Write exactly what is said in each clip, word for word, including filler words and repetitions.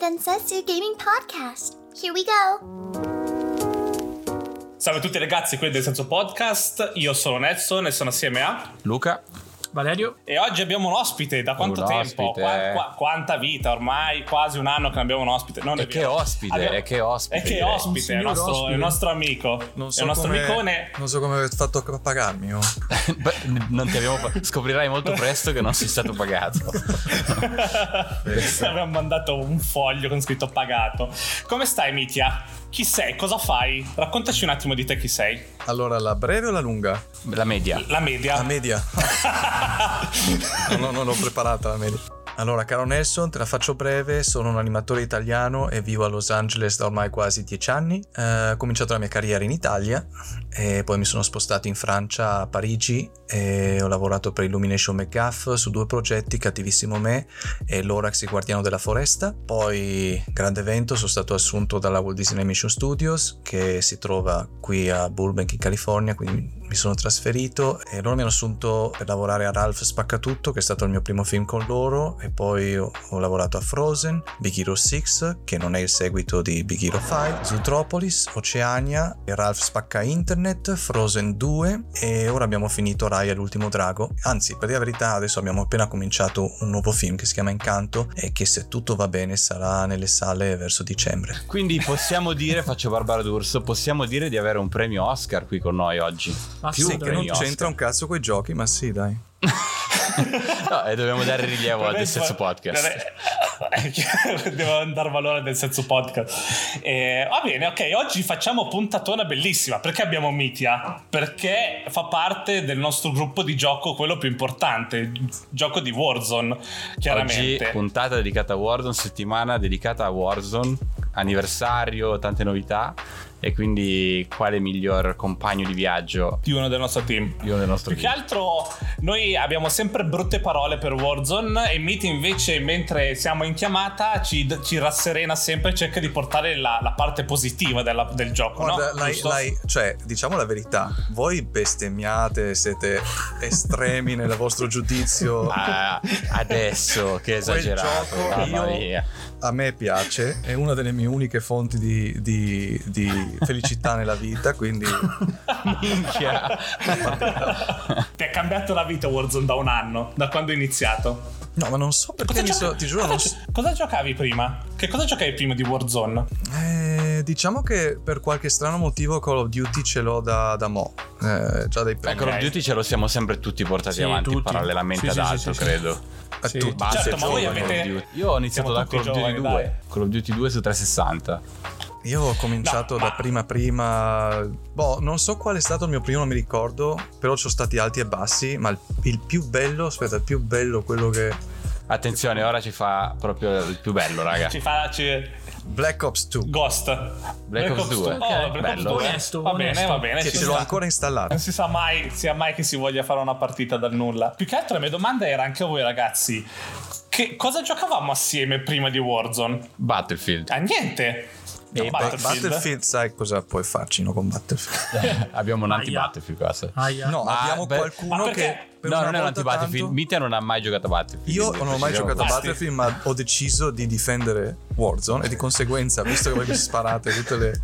Densetsu Gaming Podcast. Here we go. Salve a tutti ragazzi, qui del Densetsu Podcast. Io sono Nelson e sono assieme a Luca, Valerio. E oggi abbiamo un ospite. Da quanto un tempo? Ospite. Qua, qua, quanta vita? Ormai quasi un anno che non abbiamo un ospite. Non e è che vero. ospite, Abbiamo... e che ospite. E che direi. ospite, è il nostro, ospite. è il nostro amico. Non so è il nostro come, amicone. Non so come avete fatto a pagarmi. Oh. Beh, non ti abbiamo scoprirai molto presto che non sei stato pagato. Abbiamo mandato un foglio con scritto pagato. Come stai, Mitya? Chi sei? Cosa fai? Raccontaci un attimo di te, chi sei. Allora, la breve o la lunga? La media. La media. La media. no, no, non l'ho preparata la media. Allora, caro Nelson, te la faccio breve. Sono un animatore italiano e vivo a Los Angeles da ormai quasi dieci anni. Eh, ho cominciato la mia carriera in Italia e poi mi sono spostato in Francia, a Parigi, e ho lavorato per Illumination McGuff su due progetti, Cattivissimo Me e Lorax, il guardiano della foresta. Poi, grande evento, sono stato assunto dalla Walt Disney Animation Studios, che si trova qui a Burbank in California, quindi mi sono trasferito e loro mi hanno assunto per lavorare a Ralph Spaccatutto, che è stato il mio primo film con loro, e poi ho, ho lavorato a Frozen, Big Hero sei, che non è il seguito di Big Hero cinque, Zootropolis, Oceania, e Ralph Spacca Internet, Frozen due, e ora abbiamo finito Raya l'ultimo drago. Anzi, per dire la verità, adesso abbiamo appena cominciato un nuovo film che si chiama Incanto e che, se tutto va bene, sarà nelle sale verso dicembre. Quindi possiamo dire, faccio Barbara D'Urso, possiamo dire di avere un premio Oscar qui con noi oggi. Più che non c'entra un cazzo coi giochi, ma sì, dai. No, e dobbiamo dare rilievo al Densetsu Podcast. Devo dare valore al Densetsu Podcast. Eh, va bene, ok. Oggi facciamo puntatona bellissima. Perché abbiamo Mitya? Perché fa parte del nostro gruppo di gioco, quello più importante, il gioco di Warzone. Chiaramente. Oggi puntata dedicata a Warzone, settimana dedicata a Warzone, anniversario, tante novità. E quindi quale miglior compagno di viaggio di uno del nostro team. Di uno del nostro Più team. che altro noi abbiamo sempre brutte parole per Warzone, e Mitty invece, mentre siamo in chiamata, ci, ci rasserena sempre e cerca di portare la, la parte positiva della, del gioco. Guarda, no? lei, lei, cioè, diciamo la verità, voi bestemmiate, siete estremi nel vostro giudizio. Ah, adesso che esagerato, Quel gioco, mamma io, mia. A me piace, è una delle mie uniche fonti di, di, di felicità nella vita, quindi Minchia. Ti è cambiato la vita Warzone da un anno, da quando è iniziato. no, ma non so perché Cosa mi gioca- so, ti giuro cosa, non gio- so. cosa giocavi prima? Che cosa giocavi prima di Warzone? Eh, diciamo che per qualche strano motivo Call of Duty ce l'ho da, da mo', eh, già dai primi. Call of Duty ce lo siamo sempre tutti portati Sì, avanti tutti. parallelamente Sì, ad sì, altro, sì, sì, credo. A sì. tutti. Basta, Certo, ma voi Call of avete- Duty. Io ho iniziato Siamo da tutti Call of Duty giovani, due, dai. Call of Duty due su trecentosessanta. Io ho cominciato No, da ma- prima prima. Boh, non so qual è stato il mio primo, non mi ricordo, però ci sono stati alti e bassi, ma il, il più bello, aspetta, il più bello, quello che Attenzione, ora ci fa proprio il più bello, raga. Ci fa... Ci... Black Ops due, Ghost. Black Ops due. Oh, Black Ops Bello. due. Onesto, Va bene, onesto. va bene. che ci ce l'ho sta. ancora installato. Non si sa mai, sia mai che si voglia fare una partita dal nulla. Più che altro la mia domanda era anche a voi ragazzi: che cosa giocavamo assieme prima di Warzone? Battlefield. Ah, niente. No, Beh, Battlefield. Battlefield, sai cosa puoi farci, no, con Battlefield? Abbiamo un Aia. anti-Battlefield qua. se- Aia. No, Ma abbiamo per- qualcuno ma perché- che per No, una non è un volta anti-Battlefield. tanto- Mitya non ha mai giocato a Battlefield. Io quindi non ho mai precisiamo giocato a questo. Battlefield, ma ho deciso di difendere Warzone, e di conseguenza, visto che voi mi sparate tutte le...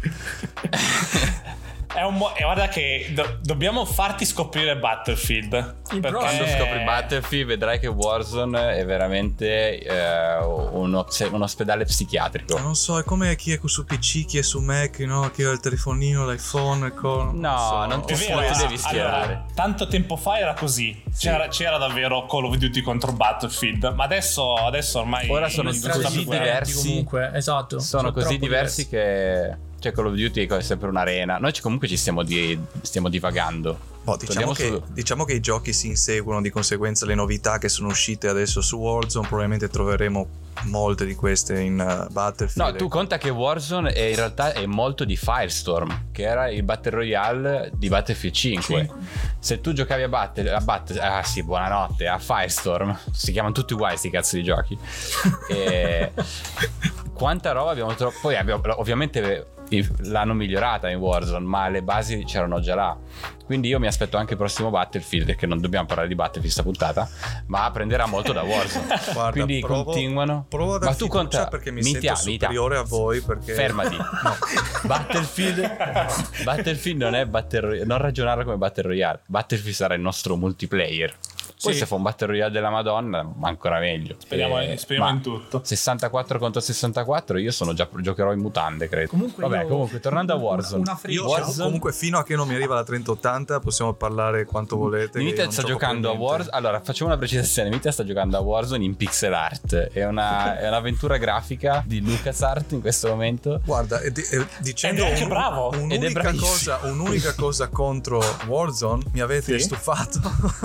È un mo- e guarda che do- dobbiamo farti scoprire Battlefield. Il perché- Quando scopri Battlefield vedrai che Warzone è veramente eh, un, ops- un ospedale psichiatrico. Non so, è come chi è su P C, chi è su Mac, no? Chi ha il telefonino, l'iPhone, il co- No, so. non ti È vero, ti eh, devi schierare. allora, tanto tempo fa era così. C'era, c'era davvero Call of Duty contro Battlefield. Ma adesso, adesso ormai Ora sono non si così sa più guerra. diversi. Comunque, esatto. Sono così troppo diversi che cioè Call of Duty è sempre un'arena. Noi ci- comunque ci stiamo, di, stiamo divagando. Boh, diciamo, Torniamo che, su- diciamo che i giochi si inseguono, di conseguenza le novità che sono uscite adesso su Warzone probabilmente troveremo molte di queste in uh, Battlefield. No, tu conta che Warzone è in realtà è molto di Firestorm, che era il Battle Royale di Battlefield cinque. Cinque. Se tu giocavi a Battle, a Battle ah sì, buonanotte, a Firestorm, si chiamano tutti uguali sti cazzo di giochi. E quanta roba abbiamo trovato. Poi abbiamo, ovviamente l'hanno migliorata in Warzone, ma le basi c'erano già là. Quindi io mi aspetto anche il prossimo Battlefield, che non dobbiamo parlare di Battlefield sta puntata, ma prenderà molto da Warzone. Guarda, quindi provo, continuano. Provo a ma tu conta perché mi Mitia, sento Mitia. superiore a voi perché... Fermati. No. Battlefield Battlefield non è Battle Royale, non ragionare come Battle Royale. Battlefield sarà il nostro multiplayer. Poi Sì. se fa un Battle Royale della Madonna, ma ancora meglio. Speriamo, Eh, speriamo ma in tutto. sessantaquattro contro sessantaquattro, io sono già giocherò in mutande, credo. Comunque Vabbè, io- comunque tornando a Warzone. Una freccia. Io Warzone- comunque fino a che non mi arriva la trenta ottanta possiamo parlare quanto volete. che io Mita non sta gioco giocando a per niente. Warzone. Allora, facciamo una precisazione. Mita sta giocando a Warzone in pixel art. È, una, è un'avventura grafica di LucasArts in questo momento. Guarda, e di- e dicendo Ed è anche un- bravo. Ed è un'unica, bravissimo. cosa, un'unica cosa contro Warzone, mi avete Sì? stufato.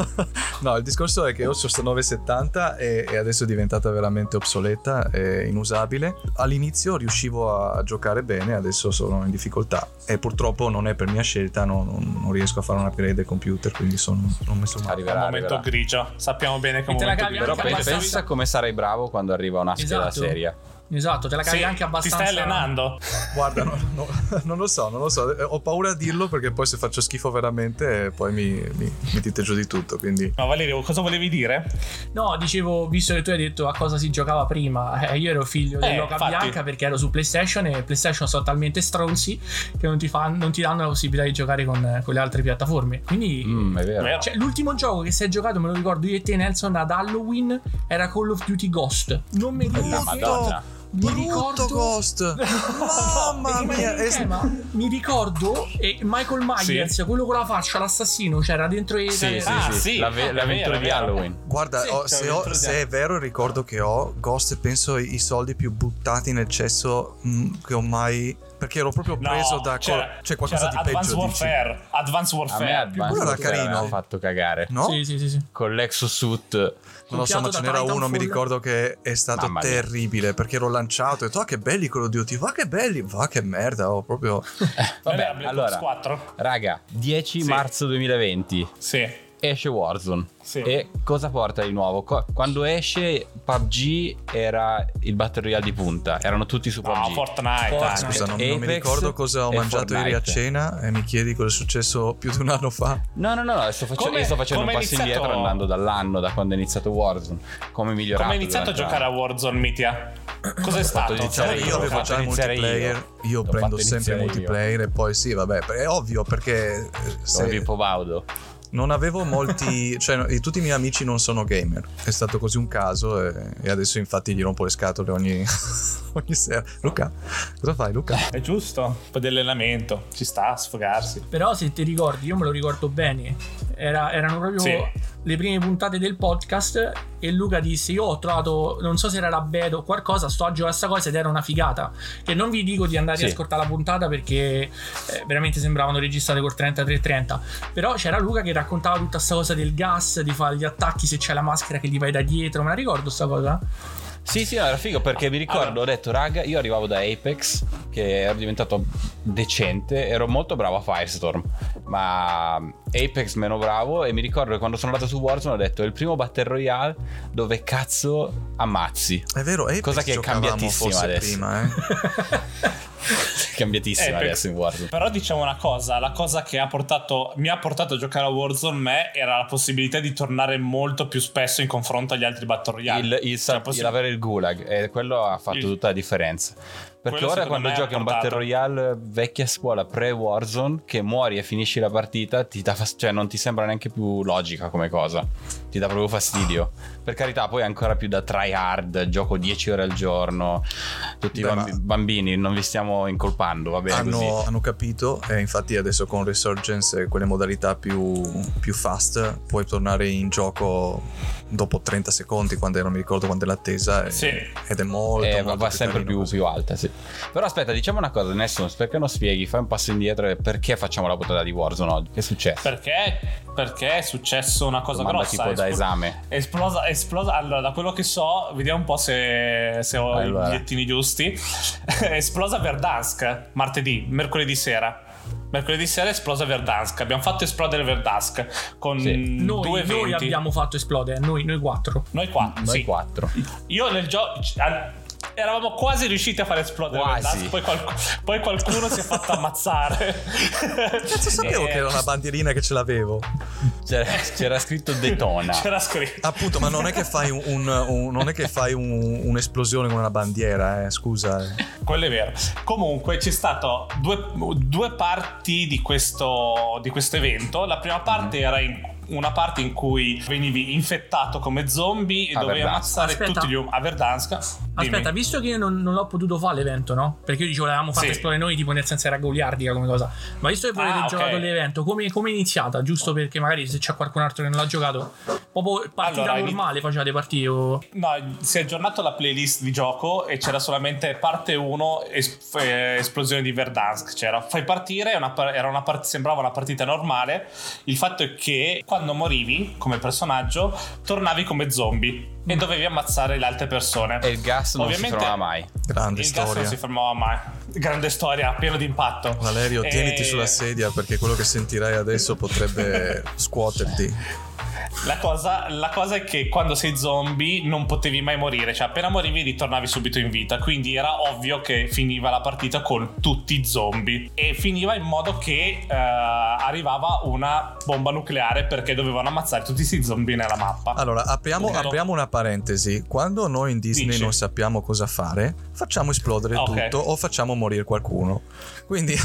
No, il discorso è che io ho sto nove settanta e, e adesso è diventata veramente obsoleta e inusabile. All'inizio riuscivo a giocare bene, adesso sono in difficoltà e purtroppo non è per mia scelta, non, non- non riesco a fare un upgrade del computer, quindi sono, sono messo male. È un Arriverà, momento arriverà. grigio. Sappiamo bene che è un te la momento cavi grigio. Però anche pe- abbastanza- pensa come sarai bravo quando arriva una scheda Esatto. seria. Esatto, te la cavi Sì, anche ti abbastanza. stai allenando. Guarda, no- no- non lo so, non lo so, ho paura a dirlo perché poi se faccio schifo veramente poi mi, mi, mi dite giù di tutto, quindi... Ma Valerio, cosa volevi dire? No, dicevo, visto che tu hai detto a cosa si giocava prima, eh, io ero figlio Eh, dell'oca infatti. bianca perché ero su PlayStation e PlayStation sono talmente stronzi che non ti, fa, non ti danno la possibilità di giocare con, con le altre piattaforme. Quindi, Mm, è vero. Vero. cioè, l'ultimo gioco che si è giocato, me lo ricordo io e te, Nelson, ad Halloween era Call of Duty Ghost. Non mi ricordo. La Madonna. Mi Brutto ricordo. Ghost. Mamma Perché mia, mi- è- eh, ma mi ricordo e Michael Myers, quello con la faccia, l'assassino, c'era dentro i Sì, sì, Ah, sì, sì. La ve- È l'avventura vero, di è vero. Halloween. Guarda, Sì, ho- cioè, se, ho- dentro se di- è vero il ricordo che ho, Ghost è penso i, i soldi più buttati nel cesso mh, che ho mai... Perché ero proprio No, preso da... c'era, co- c'è qualcosa c'era di peggio, Advanced dici? Warfare. Advanced A Warfare. me Advanced Quello era Warfare carino. mi ha fatto cagare. No? Sì, sì, sì, sì. Con l'exosuit. Non lo so, ma Compiato ce da n'era uno, mi Titanfall. ricordo che è stato Mamma mia. terribile perché ero lanciato e ho detto, ah che belli Call of Duty, va che belli, va che merda, ho proprio... Vabbè, Vabbè, Black allora, Ops quattro. raga, dieci Sì. marzo duemilaventi Sì. esce Warzone. Sì. E cosa porta di nuovo? Co- Quando esce P U B G era il Battle Royale di punta, erano tutti su P U B No, G. Fortnite. Fortnite. anche. Scusa, non, non mi Apex ricordo cosa ho e mangiato ieri a Fortnite. cena e mi chiedi cosa è successo più di un anno fa. No, no, no, no, sto face- Come- io sto facendo un come è passo iniziato- indietro andando dall'anno, da quando è iniziato Warzone. Come è migliorato. Come hai iniziato a durante giocare a l'anno. Warzone, Mitia? Cos'è stato? iniziare Diciamo che io, io l'ho avevo fatto già il iniziare multiplayer, io. io, L'ho prendo fatto sempre il iniziare io. multiplayer e poi sì, vabbè, è ovvio perché eh, Come se Pippo Baudo. non avevo molti, cioè no, tutti i miei amici non sono gamer, è stato così un caso e, e adesso infatti gli rompo le scatole ogni, ogni sera. Luca, cosa fai Luca? È giusto. Un po' di allenamento. Ci sta a sfogarsi. Però se ti ricordi, io me lo ricordo bene, era- erano proprio Sì. le prime puntate del podcast e Luca disse io ho trovato, non so se era la beta o qualcosa, sto a giocare a sta cosa ed era una figata. Che non vi dico di andare Sì. a ascoltare la puntata perché eh, veramente sembravano registrate col trentatré trenta, però c'era Luca che raccontava tutta sta cosa del gas, di fare gli attacchi se c'è la maschera che gli vai da dietro, me la ricordo sta cosa? Sì, sì, no, era figo perché mi ricordo, Allora. ho detto, raga, io arrivavo da Apex, che ero diventato decente, ero molto bravo a Firestorm, ma Apex meno bravo, e mi ricordo che quando sono andato su Warzone ho detto, è il primo Battle Royale dove cazzo ammazzi. È vero, Apex Cosa che è giocavamo cambiatissima forse adesso. prima, eh. Cambiatissima Apex. adesso in Warzone. Però diciamo una cosa, la cosa che ha portato, mi ha portato a giocare a Warzone me era la possibilità di tornare molto più spesso in confronto agli altri Battle Royale. Il, il, Cioè, il possi- avere il gulag, e quello ha fatto Il- tutta la differenza. Perché Quello ora secondo quando me ha giochi a un portato- Battle Royale vecchia scuola pre-Warzone, che muori e finisci la partita, ti dà fas- cioè non ti sembra neanche più logica come cosa. Ti dà proprio fastidio. Per carità, poi è ancora più da try hard, gioco dieci ore al giorno. Tutti Beh, i bambi- ma- bambini, non vi stiamo incolpando, va bene così. hanno, hanno capito e infatti adesso con Resurgence e quelle modalità più, più fast puoi tornare in gioco dopo trenta secondi quando non mi ricordo quando è l'attesa e- Sì. ed è molto, Eh, molto va più sempre carino più, così. più alta, sì. Però aspetta, diciamo una cosa, Nessun, perché non spieghi, fai un passo indietro e perché facciamo la puntata di Warzone oggi? Che è successo? Perché? Perché è successo una cosa Domanda grossa. tipo da espl- esame. Esplosa, esplosa. Allora, da quello che so, vediamo un po' se, se ho Allora. i bigliettini giusti. Esplosa Verdansk martedì, mercoledì sera. Mercoledì sera è esplosa Verdansk. Abbiamo fatto esplodere Verdansk con Sì. Noi, due noi eventi. abbiamo fatto esplodere, noi, noi quattro. Noi qua, Noi sì. quattro. Io nel gioco. eravamo quasi riusciti a far esplodere Quasi. Verdansk, poi, qualc- poi qualcuno si è fatto ammazzare. Cazzo, sapevo E- che era una bandierina che ce l'avevo. C'era, c'era scritto detona. C'era scritto. Appunto, ma non è che fai un, un- un- non è che fai un- un'esplosione con una bandiera, eh, scusa. eh. Quello è vero. Comunque c'è stato due, due parti di questo, di questo evento. La prima parte era in una parte in cui venivi infettato come zombie e A dovevi Verdansk. ammazzare Aspetta. tutti gli um- a Verdansk. Dimmi. Aspetta, visto che io non, non l'ho potuto fare l'evento, no? Perché io dicevo l'avevamo fatto Sì. esplodere noi, tipo nel senso era goliardica come cosa. Ma visto che voi Ah, avete ok. giocato l'evento, come come è iniziata? Giusto perché magari se c'è qualcun altro che non l'ha giocato, proprio partita Allora, ini- normale facevate partire o... No, si è aggiornato la playlist di gioco e c'era solamente parte uno es- eh, esplosione di Verdansk. C'era fai partire, è una par- era una part- sembrava una partita normale. Il fatto è che quando morivi come personaggio tornavi come zombie e dovevi ammazzare le altre persone. E il gas non Ovviamente- si fermava mai. Grande Il gas non storia. si fermava mai. Grande storia, pieno di impatto. Valerio, E- tieniti sulla sedia perché quello che sentirai adesso potrebbe scuoterti. La cosa, la cosa è che quando sei zombie non potevi mai morire, cioè appena morivi ritornavi subito in vita, quindi era ovvio che finiva la partita con tutti zombie e finiva in modo che eh, arrivava una bomba nucleare perché dovevano ammazzare tutti questi zombie nella mappa. Allora, apriamo, Punto. apriamo una parentesi. Quando noi in Disney Dici. non sappiamo cosa fare, facciamo esplodere Ok. tutto o facciamo morire qualcuno. Quindi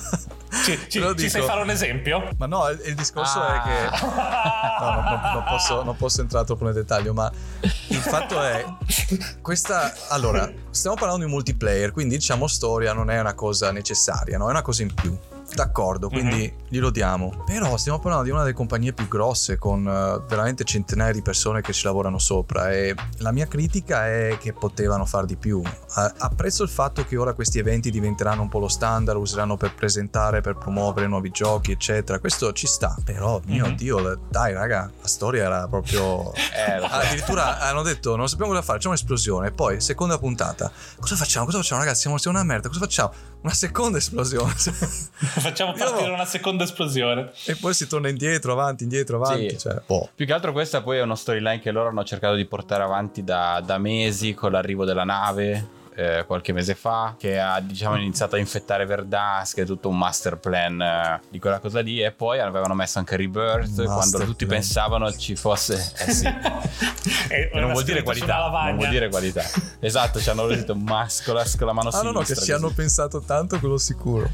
Ci, te ci, lo ci dico. sai fare un esempio? Ma no, il, il discorso Ah. è che no, no, no, non, posso, non posso entrare troppo nel dettaglio, ma il fatto è questa. Allora, stiamo parlando di multiplayer, quindi diciamo storia non è una cosa necessaria, no? È una cosa in più. D'accordo, quindi Mhm. glielo diamo. Però stiamo parlando di una delle compagnie più grosse con eh, veramente centinaia di persone che ci lavorano sopra e la mia critica è che potevano far di più. Eh, apprezzo il fatto che ora questi eventi diventeranno un po' lo standard, useranno per presentare, per promuovere nuovi giochi, eccetera. Questo ci sta, però mio Mhm. Dio, dai raga, la storia era proprio Eh, lo so. addirittura hanno detto non sappiamo cosa fare, facciamo un'esplosione. Poi seconda puntata, cosa facciamo? Cosa facciamo ragazzi? Siamo, siamo una merda, cosa facciamo? Una seconda esplosione. Facciamo Io partire no. una seconda esplosione. E poi si torna indietro, avanti, indietro, avanti. Sì. Cioè, boh. Più che altro questa poi è uno storyline che loro hanno cercato di portare avanti da, da mesi con l'arrivo della nave eh, qualche mese fa, che ha diciamo iniziato a infettare Verdansk, è tutto un master plan eh, di quella cosa lì, e poi avevano messo anche Rebirth Master quando tutti plan. pensavano ci fosse eh sì. E Che non vuol dire qualità, non vuol dire qualità. Esatto, ci hanno detto mascolas con la mano Ah no, sinistra. no, che ci così. hanno pensato tanto, quello sicuro.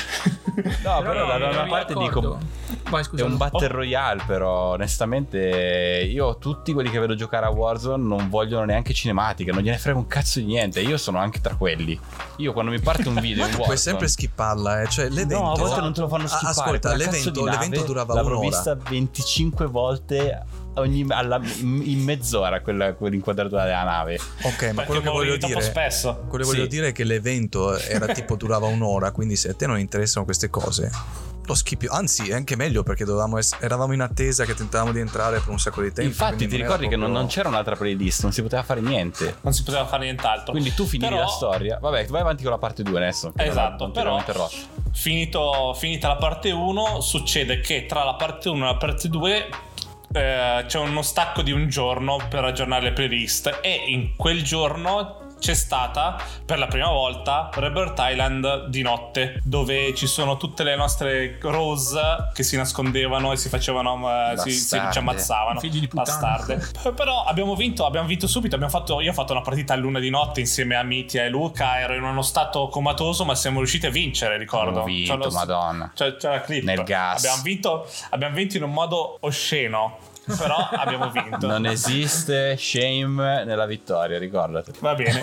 No, però da da una mi parte ricordo. dico Vai, è scusa. un battle royale, però onestamente io tutti quelli che vedo giocare a Warzone non vogliono neanche cinematiche, non gliene frega un cazzo di niente. Io sono anche tra quelli. Io quando mi parte un video in Warzone Puoi sempre skipparla, eh. Cioè, l'evento. no, a volte non te lo fanno Ah, skippare. ascolta, Quella cazzo l'evento, di nave l'evento durava l'avrò un'ora. vista venticinque volte ogni, alla, in mezz'ora quella, quell'inquadratura della nave. Ok, ma quello che voglio dire. spesso. Quello che Sì. voglio dire è che l'evento era tipo durava un'ora, quindi se a te non interessano queste cose, lo schippi. Anzi, è anche meglio perché dovevamo ess- eravamo in attesa che tentavamo di entrare per un sacco di tempo. Infatti quindi ti non ricordi era che non, non proprio- c'era un'altra playlist, non si poteva fare niente. Non si poteva fare nient'altro. Quindi tu finivi Però- la storia. Vabbè, vai avanti con la parte due adesso. che non- Esatto, non ti avevo però interrotto. finito, finita la parte uno succede che tra la parte uno e la parte due eh, c'è uno stacco di un giorno per aggiornare le playlist e in quel giorno c'è stata per la prima volta Rebirth Island di notte, dove ci sono tutte le nostre Rose che si nascondevano e si facevano eh, si, si Bastarde. ci ammazzavano. Figli di puttana. Bastarde. Però abbiamo vinto, abbiamo vinto subito. Abbiamo fatto, io ho fatto una partita a luna di notte insieme a Mitia e Luca. Ero in uno stato comatoso, ma siamo riusciti a vincere. Ricordo. Abbiamo vinto, C'ho lo- madonna. C'è, c'è la clip. Nel gas. Abbiamo vinto, abbiamo vinto in un modo osceno. Però abbiamo vinto. Non esiste shame nella vittoria, ricordati. Va bene.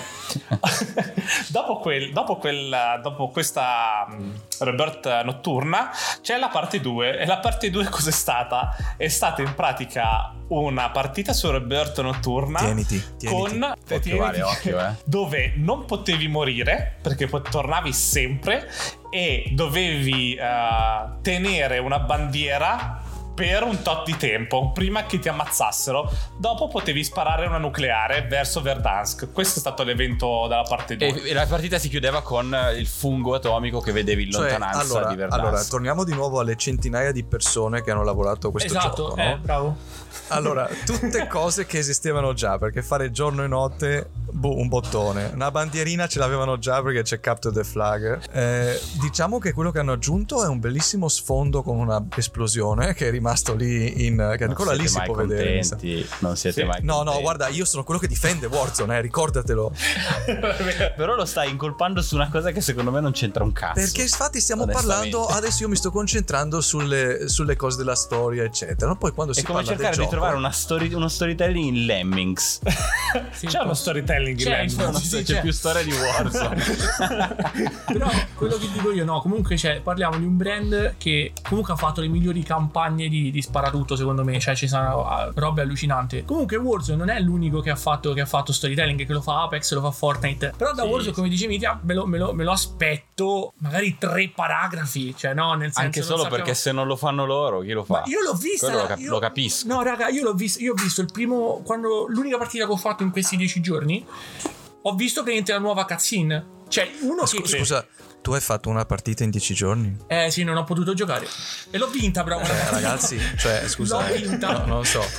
dopo, quel, dopo, quel, dopo questa um, Rebirth notturna c'è la parte due. E la parte due cos'è stata? È stata in pratica una partita su Rebirth notturna. Tieniti, tieniti. Con Occhio, tieniti, Vale, occhio, eh. dove non potevi morire perché poi tornavi sempre e dovevi uh, tenere una bandiera per un tot di tempo prima che ti ammazzassero. Dopo potevi sparare una nucleare verso Verdansk. Questo è stato l'evento della parte due. E, e la partita si chiudeva con il fungo atomico che vedevi in Cioè, lontananza allora, di Verdansk. allora, torniamo di nuovo alle centinaia di persone che hanno lavorato a questo Esatto, gioco, eh, no? bravo. Allora, tutte cose che esistevano già, perché fare giorno e notte boh, un bottone. Una bandierina ce l'avevano già perché c'è Capture the Flag. Eh, diciamo che quello che hanno aggiunto è un bellissimo sfondo con una esplosione che è rimasto lì in che ancora lì si può vedere. Non siete sì. mai No, contenti. no, guarda, io sono quello che difende Warzone, eh, ricordatelo. Però lo stai incolpando su una cosa che secondo me non c'entra un cazzo. Perché infatti stiamo Onestamente. parlando, adesso io mi sto concentrando sulle, sulle cose della storia, eccetera. Poi quando È si come parla cercare del di gioco, trovare una story, uno storytelling in Lemmings. Sì, C'è uno storytelling in C'è, Lemmings. c'è, Non sì, so, sì, c'è c'è. più storia di Warzone. Però quello che dico io no, comunque c'è, parliamo di un brand che comunque ha fatto le migliori campagne di, di sparatutto secondo me, cioè ci sono uh, robe allucinanti. Comunque Warzone non è l'unico che ha fatto che ha fatto storytelling, che lo fa Apex, lo fa Fortnite. Però da Sì, Warzone, sì. come dicevi Mitia, me lo, me, lo, me lo aspetto magari tre paragrafi, cioè no, nel senso Anche non solo sappiamo- perché se non lo fanno loro, chi lo fa? Ma io l'ho vista. Quello lo, cap- io- lo capisco. No, raga, io l'ho visto. Io ho visto il primo. Quando l'unica partita che ho fatto in questi dieci giorni. Ho visto praticamente la nuova cutscene. Cioè, uno Scu- che. scusa, tu hai fatto una partita in dieci giorni? Eh sì, non ho potuto giocare. E l'ho vinta, però. Cioè, ragazzi, cioè, scusa, L'ho eh, vinta. no, non lo so.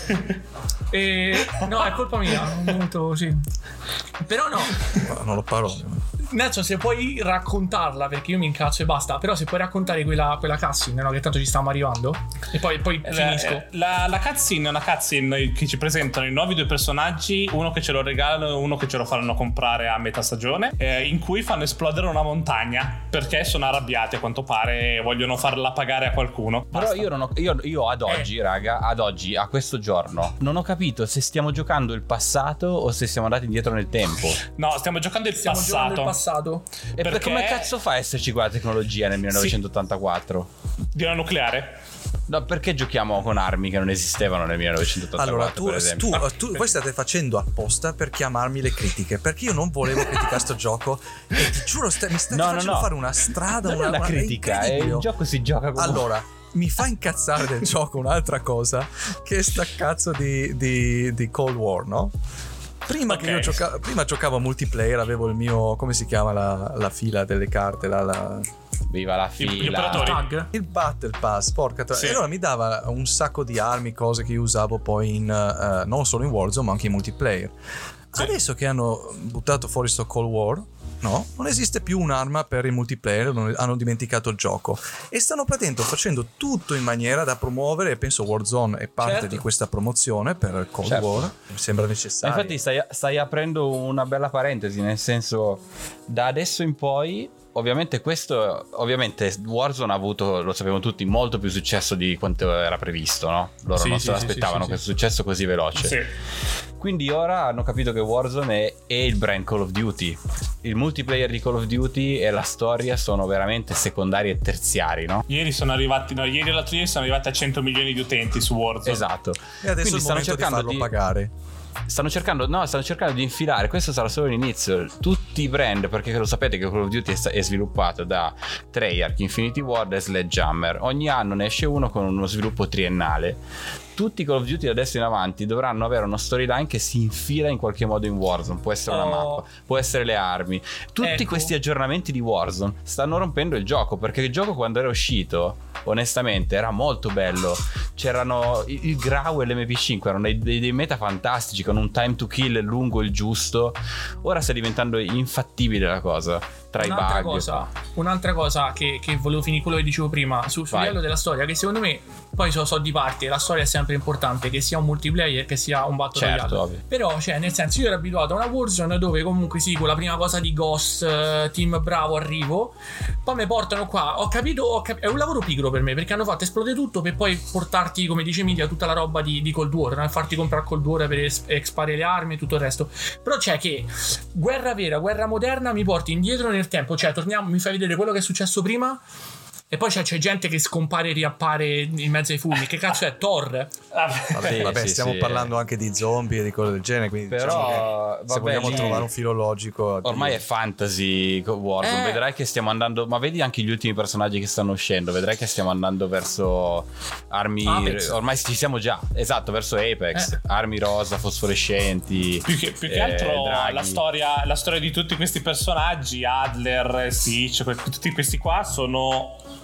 E... No, è colpa mia. Ho dovuto, sì. Però no. No, non lo parlo. Nelson, se puoi raccontarla, perché io mi incazzo e basta. Però se puoi raccontare quella, quella cutscene, no? Che tanto ci stiamo arrivando. E poi, poi finisco. La, la cutscene è una cutscene che ci presentano i nuovi due personaggi, uno che ce lo regalano e uno che ce lo faranno comprare a metà stagione, eh, in cui fanno esplodere una montagna perché sono arrabbiati a quanto pare e vogliono farla pagare a qualcuno. Però Basta. io, non ho, io, io ad oggi, raga, ad oggi, a questo giorno, non ho capito se stiamo giocando il passato o se siamo andati indietro nel tempo. No, stiamo giocando il Stiamo passato. giocando il passato. E per Perché- come cazzo fa a esserci quella tecnologia nel millenovecentottantaquattro? Di una nucleare? No, perché giochiamo con armi che non esistevano nel millenovecentottantaquattro, Allora, tu, per esempio? tu, tu- voi state facendo apposta per chiamarmi le critiche, perché io non volevo criticare sto gioco e ti giuro, sta- mi stai No, no, facendo no. fare una strada, Non una, è una una- critica, è incredibile. il gioco si gioca come... Allora, mi fa incazzare del gioco un'altra cosa, che è sta cazzo di, di, di Cold War, no? Prima, Ok. che io gioca- prima giocavo a multiplayer, avevo il mio, come si chiama la, la fila delle carte, la, la- Viva la I- gli fila. operatori. Tag. il Battle Pass, porca tra- Sì. E allora mi dava un sacco di armi, cose che io usavo poi in, eh, non solo in Warzone ma anche in multiplayer. Sì. Adesso che hanno buttato fuori sto Cold War, no, non esiste più un'arma per il multiplayer, non- hanno dimenticato il gioco e stanno praticamente facendo tutto in maniera da promuovere, e penso Warzone è parte Certo. di questa promozione per il Cold Certo. War, mi sembra Ma necessario. infatti stai, stai aprendo una bella parentesi, nel senso, da adesso in poi, ovviamente questo, ovviamente Warzone ha avuto, lo sappiamo tutti, molto più successo di quanto era previsto, no? Loro Sì, non sì, se sì, l'aspettavano sì, sì, questo successo così veloce. Sì. Quindi ora hanno capito che Warzone è, è il brand Call of Duty. Il multiplayer di Call of Duty e la storia sono veramente secondari e terziari, no? Ieri sono arrivati, no, ieri e l'altro ieri sono arrivati a cento milioni di utenti su Warzone. Esatto. E adesso Quindi è il stanno momento di cercando farlo di, pagare. stanno cercando, no, stanno cercando di infilare, questo sarà solo l'inizio, tutti i brand, perché lo sapete che Call of Duty è, sta- è sviluppato da Treyarch, Infinity Ward e Sledgehammer. Ogni anno ne esce uno con uno sviluppo triennale. Tutti i Call of Duty da adesso in avanti dovranno avere uno storyline che si infila in qualche modo in Warzone. Può essere una Oh. mappa, può essere le armi. Tutti Ecco. questi aggiornamenti di Warzone stanno rompendo il gioco, perché il gioco quando era uscito, onestamente, era molto bello. C'erano il il Grau e l'M P cinque, erano dei, dei, dei meta fantastici con un time to kill lungo il giusto. Ora sta diventando infattibile la cosa. Tra Un'altra i bug. cosa, un'altra cosa che, che volevo finire quello che dicevo prima su, sul Vai. livello della storia, che secondo me poi so, so di parte, la storia è sempre importante, che sia un multiplayer che sia un battle Certo, royale. ovvio. Però cioè nel senso io ero abituato a una Warzone dove comunque sì, con la prima cosa di Ghost, eh, Team Bravo arrivo, poi mi portano qua, ho capito, ho cap- è un lavoro pigro per me perché hanno fatto esplodere tutto per poi portarti, come dice Media, tutta la roba di, di Cold War, no? Farti comprare Cold War per es- expare le armi e tutto il resto. Però c'è che guerra vera, guerra moderna mi porti indietro nel tempo, cioè torniamo, mi fai vedere quello che è successo prima e poi c'è, c'è gente che scompare e riappare in mezzo ai fulmini. Che cazzo è Thor? Vabbè, Sì, vabbè, sì, stiamo sì, parlando anche di zombie e di cose del genere, quindi Però, diciamo che vabbè, se vogliamo lì- trovare un filo logico, Ormai è fantasy Warzone, Eh. vedrai che stiamo andando, ma vedi anche gli ultimi personaggi che stanno uscendo, vedrai che stiamo andando verso armi, Apex. ormai ci siamo già, esatto, verso Apex, Eh. armi rosa, fosforescenti. Più che, più che eh, altro draghi. la storia, la storia di tutti questi personaggi, Adler, Stitch, que- tutti questi qua sono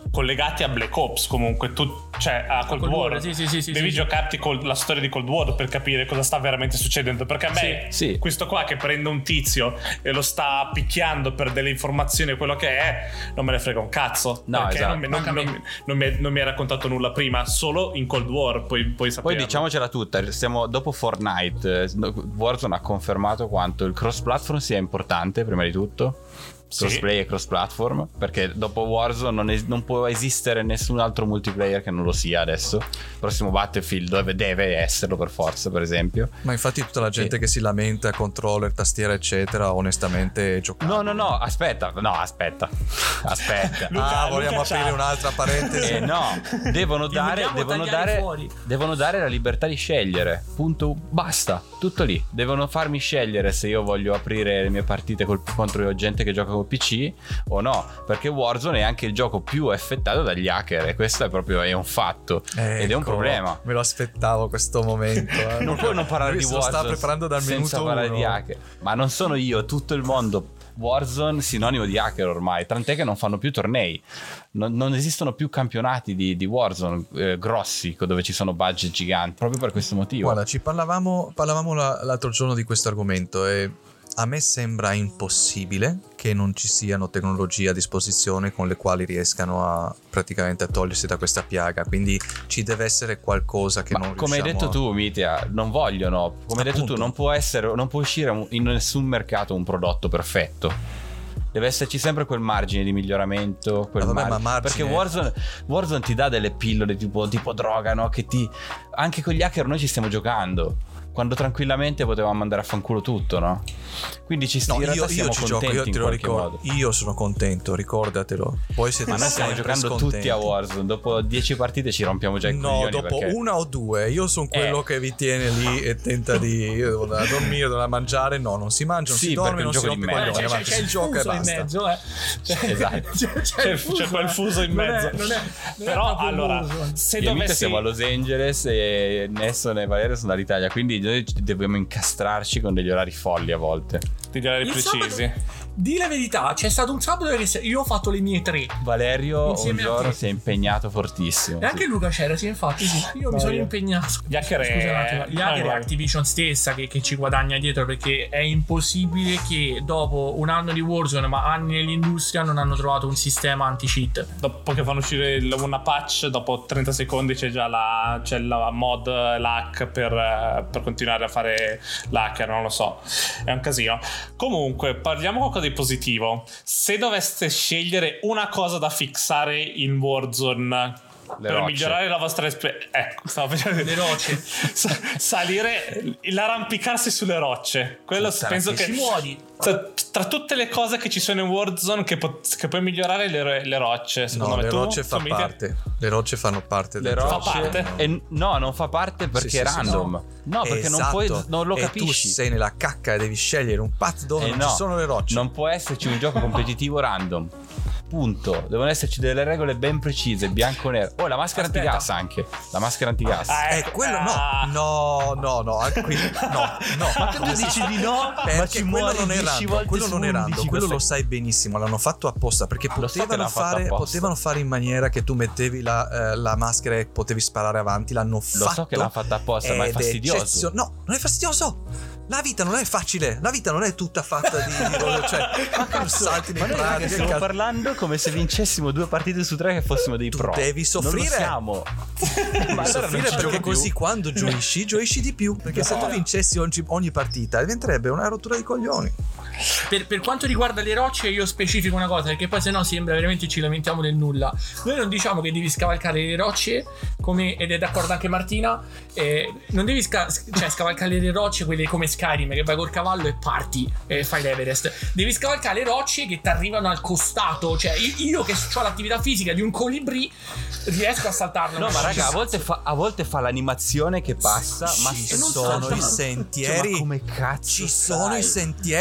collegati a Black Ops comunque, tu, cioè a Cold, Cold War, War, sì, sì, sì, sì, devi sì, giocarti col, la storia di Cold War per capire cosa sta veramente succedendo, perché a me Sì, sì. questo qua che prende un tizio e lo sta picchiando per delle informazioni, quello che è, non me ne frega un cazzo, No, perché esatto. non, mi- non, Anche a me. non, non mi, non mi ha raccontato nulla prima, solo in Cold War poi, poi Poi saperlo. diciamocela tutta, stiamo dopo Fortnite, eh, Warzone ha confermato quanto il cross platform sia importante prima di tutto. Sì. Crossplay e cross platform, perché dopo Warzone non, es- non può esistere nessun altro multiplayer che non lo sia adesso. Il prossimo Battlefield dove deve esserlo per forza, per esempio. Ma infatti tutta la gente Sì. che si lamenta, controller, tastiera eccetera, onestamente è giocare. No, no, no, aspetta, no, aspetta, aspetta. Luca- Ah, vogliamo Luca aprire c'ha- un'altra parentesi? Eh no, devono Li dare, vogliamo devono tagliare dare, fuori. devono dare la libertà di scegliere. Punto, basta, tutto lì. Devono farmi scegliere se io voglio aprire le mie partite col- contro gente che gioca col P C o no, perché Warzone è anche il gioco più affettato dagli hacker e questo è proprio è un fatto ed è un Ecco, problema. Me lo aspettavo questo momento. eh. Non puoi non parlare Lui di se lo Warzone sta preparando dal senza minuto parlare uno. di hacker. Ma non sono io, tutto il mondo. Warzone sinonimo di hacker ormai, tant'è che non fanno più tornei, non, non esistono più campionati di, di Warzone eh, grossi dove ci sono budget giganti, proprio per questo motivo. Guarda, ci parlavamo, parlavamo la- l'altro giorno di questo argomento e a me sembra impossibile che non ci siano tecnologie a disposizione con le quali riescano a praticamente a togliersi da questa piaga, quindi ci deve essere qualcosa che Ma non come hai riusciamo detto a- tu, Mitia, non vogliono, come hai detto Appunto. tu, non può essere, non può uscire in nessun mercato un prodotto perfetto. Deve esserci sempre quel margine di miglioramento, quel Ma vabbè, mar- ma margine- perché Warzone, Warzone ti dà delle pillole tipo, tipo droga, no? Che ti anche con gli hacker noi ci stiamo giocando. Quando tranquillamente potevamo andare a fanculo tutto, no? Quindi ci No, in realtà io, io siamo ci gioco, contenti io te in lo qualche ricordo. modo. Io sono contento, ricordatelo. Poi siete Ma noi stiamo sempre giocando scontenti. tutti a Warzone. Dopo dieci partite ci rompiamo già i No, coglioni dopo perché... una o due. Io sono quello Eh. che vi tiene lì e tenta di. Io devo andare a dormire, devo andare a mangiare. No, non si mangia, non Sì, si dorme, perché non è un si gioco di rompe i merda. coglioni, c'è, avanti, c'è si il gioca e fuso in basta. mezzo, eh. C'è, Esatto. c'è, c'è C'è- il fuso, c'è quel eh. fuso in Non è- mezzo. non è- non è Però proprio allora, Warzone. se Io e Mita dovessi siamo a Los Angeles e Nesson e Valerio sono dall'Italia, quindi noi ci dobbiamo incastrarci con degli orari folli a volte. ti direi Il precisi. sabato- di la verità, c'è stato un sabato che se- io ho fatto le mie tre. Valerio un Insieme a giorno te. si è impegnato fortissimo. E anche Luca c'era, sì, infatti, sì. Io mi No, sono io- impegnato. Gli hacker è- Scusa un attimo, gli vai, hacker è vai. Activision stessa che, che ci guadagna dietro, perché è impossibile che dopo un anno di Warzone, ma anni nell'industria, non hanno trovato un sistema anti-cheat. Dopo che fanno uscire il- una patch, dopo trenta secondi c'è già la, c'è la mod l'hack per, eh, per continuare a fare l'hacker, non lo so. È un casino. Comunque, parliamo qualcosa di positivo. Se doveste scegliere una cosa da fissare in Warzone per rocce. migliorare la vostra esperienza, ecco, stavo facendo Le rocce. Sa- salire, l'arrampicarsi sulle rocce. Quello Sarà penso che che Ci muori. tra, tra tutte le cose che ci sono in Warzone che, pot- che puoi migliorare le, le rocce, secondo No, me le tu, rocce fa tu, Mitia? parte. Le rocce fanno parte Le del Fa gioco. rocce parte? e no, non fa parte perché Sì, è sì, sì, random. No, perché non Esatto. puoi non lo e capisci. tu sei nella cacca e devi scegliere un path dove Eh non no, ci sono le rocce. non può esserci un gioco competitivo random. Punto. Devono esserci delle regole ben precise, bianco e nero. Oh, la maschera Aspetta. antigas anche. La maschera antigas. Ah, Eh, ecco, quello ah. no, no, no, no, anche qui no, no. Ma tu dici di no, ma Perché ci quello muori non è dieci random, volte quello su non è random, undici, quello lo questo è- sai benissimo, l'hanno fatto apposta perché Lo so che potevano l'hanno fatto fare, apposta. potevano fare in maniera che tu mettevi la, eh, la maschera e potevi sparare avanti, l'hanno fatto. Lo so che l'hanno fatta apposta, ma è ed fastidioso. eccezio- No, non è fastidioso. La vita non è facile, la vita non è tutta fatta di, di cioè, salti nei Ma noi prati, raga, che stiamo cazzo- parlando come se vincessimo due partite su tre che fossimo dei Tu pro. devi soffrire. Non lo siamo. Ma allora non soffrire ci perché gioco più. così quando gioisci, gioisci di più. Perché se tu vincessi ogni, ogni partita diventerebbe una rottura di coglioni. Per, per quanto riguarda le rocce, io specifico una cosa, perché poi sennò sembra veramente ci lamentiamo del nulla. Noi non diciamo che devi scavalcare le rocce, come, ed è d'accordo anche Martina, eh, non devi sca- cioè, scavalcare le rocce quelle come Skyrim, che vai col cavallo e parti e fai l'Everest. Devi scavalcare le rocce che ti arrivano al costato. Cioè io, io che ho l'attività fisica di un colibrì riesco a saltarlo. No, ma raga, a volte fa, a volte fa l'animazione che passa, ma Ci non sono salta. i Cioè, sentieri. ma come cazzo Ci sai? sono i sentieri, Luca.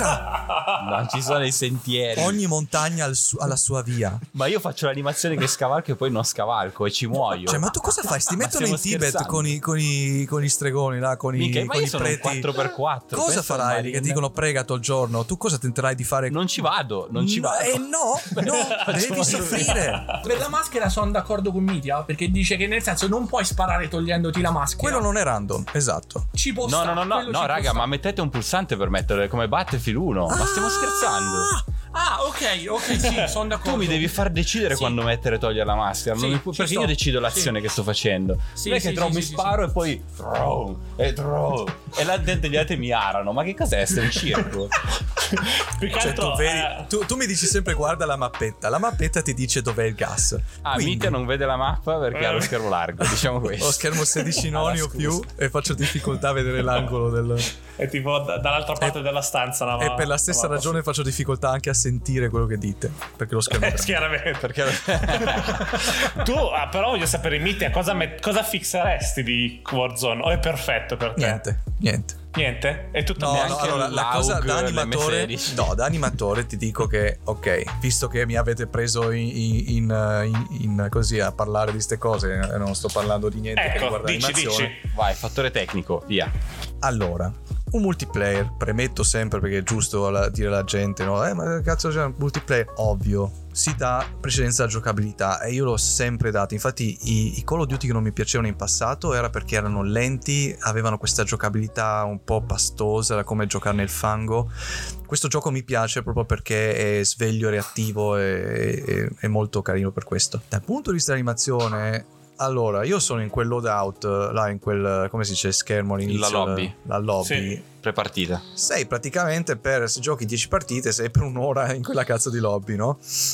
Non ci sono i sentieri. Ogni montagna al su- alla sua via. Ma io faccio l'animazione che scavalco e poi non scavalco e ci muoio. Cioè, ma tu cosa fai? Ti Ma mettono in stiamo Tibet scherzando? con i, con, i, con i stregoni là, con Mica, i, ma con io i sono un preti. quattro per quattro. Cosa Pensa al farai? Marine. Che dicono prega tutto il giorno. Tu cosa tenterai di fare? Non ci vado, non ci No, vado. eh no, no, devi soffrire. Per la maschera sono d'accordo con Mitia, perché dice che nel senso non puoi sparare togliendoti la maschera. Quello non è random, esatto. ci può No, stare, no, no, no, quello no, ci può raga, stare. ma mettete un pulsante per mettere come Battlefield uno. Ma stiamo scherzando? Ah, ok, ok, sì, sono d'accordo. Tu mi devi far decidere Sì. quando mettere e togliere la maschera. Non Sì, mi pu- ci perché sto. io decido l'azione Sì. che sto facendo. Sì, non è sì, che troppo sì, mi sì, sparo e poi throw, e throw, e la gente gli altri mi arano. Ma che cos'è? Sto in circo. Più che Cioè, altro, tu, vedi, eh, tu, tu mi dici sempre guarda la mappetta. La mappetta ti dice dov'è il gas. Ah, Quindi, Mitia non vede la mappa perché ha lo schermo largo, diciamo questo. ho schermo sedici noni Ah, o più e faccio difficoltà a vedere l'angolo del... è tipo da- dall'altra parte della stanza. No, E per la stessa no, ragione faccio difficoltà anche a sentire quello che dite. Perché lo schermo è Eh, grande. chiaramente. Perché Tu, ah, però voglio sapere, Mitia, cosa, met- cosa fixeresti di Warzone? O è perfetto per te? Niente, niente. Niente? E tutto No, bene? no, Neanche allora la cosa l'A U G, da animatore, l'M sedici. no, da animatore ti dico che, ok, visto che mi avete preso in, in, in, in- così a parlare di ste cose, e non sto parlando di niente che Ecco, riguarda dici, l'animazione. dici. Vai, fattore tecnico, via. Allora, un multiplayer, premetto sempre perché è giusto la- dire alla gente, no? Eh, ma che cazzo c'è un multiplayer? Ovvio, si dà precedenza alla giocabilità e io l'ho sempre dato. Infatti i, i Call of Duty che non mi piacevano in passato era perché erano lenti, avevano questa giocabilità un po' pastosa, era come giocare nel fango. Questo gioco mi piace proprio perché è sveglio, reattivo e è, è molto carino per questo. Dal punto di vista dell'animazione, allora io sono in quel loadout là, in quel, come si dice, schermo all'inizio, La lobby. la lobby. Sì. Prepartita. Sei praticamente per, se giochi dieci partite, sei per un'ora in quella cazzo di lobby, no?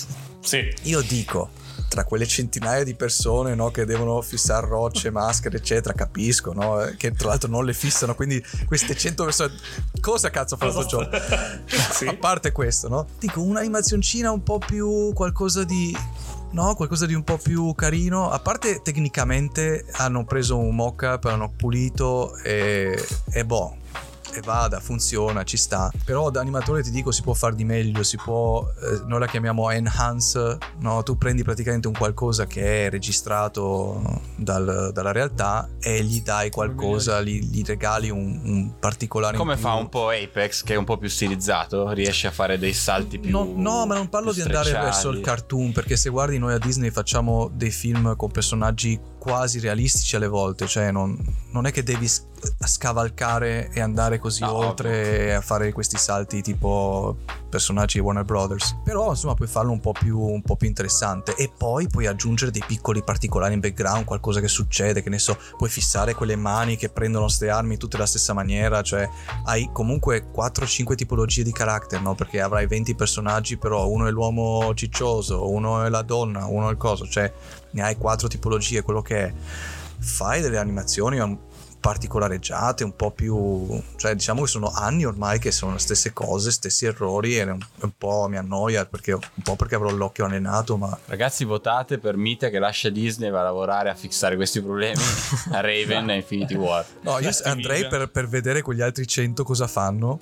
Sì. Io dico, tra quelle centinaia di persone, no, che devono fissare rocce, maschere, eccetera, capisco, no? Eh, Che tra l'altro non le fissano, quindi queste cento persone, cosa cazzo fa questo gioco? Sì. A parte questo, no? Dico, un'animazioncina un po' più qualcosa di... No, qualcosa di un po' più carino. A parte tecnicamente hanno preso un mock-up, l'hanno pulito e, e boh, e vada, funziona, ci sta. Però da animatore ti dico si può far di meglio, si può, eh, noi la chiamiamo enhance, no? Tu prendi praticamente un qualcosa che è registrato dal- dalla realtà e gli dai qualcosa, gli, gli regali un, un particolare Come in più. fa un po' Apex, che è un po' più stilizzato, riesce a fare dei salti più. No, no, ma non parlo più di andare strecciati. verso il cartoon, perché se guardi noi a Disney facciamo dei film con personaggi quasi realistici alle volte, cioè non, non è che devi s- scavalcare e andare così No, oltre a fare questi salti tipo personaggi di Warner Brothers, però insomma puoi farlo un po' più, un po' più interessante e poi puoi aggiungere dei piccoli particolari in background, qualcosa che succede, che ne so, puoi fissare quelle mani che prendono ste armi tutte alla stessa maniera, cioè hai comunque quattro cinque tipologie di character, no? Perché avrai venti personaggi, però uno è l'uomo ciccioso, uno è la donna, uno è il coso, cioè ne hai quattro tipologie, quello che è. Fai delle animazioni um, particolareggiate, un po' più, cioè diciamo che sono anni ormai che sono le stesse cose, stessi errori e un, un po' mi annoia, perché un po' perché avrò l'occhio allenato, ma Ragazzi, votate per Mitia che lascia Disney e va a lavorare a fissare questi problemi a Raven e Infinity War. no, io andrei per, per vedere quegli altri cento cosa fanno.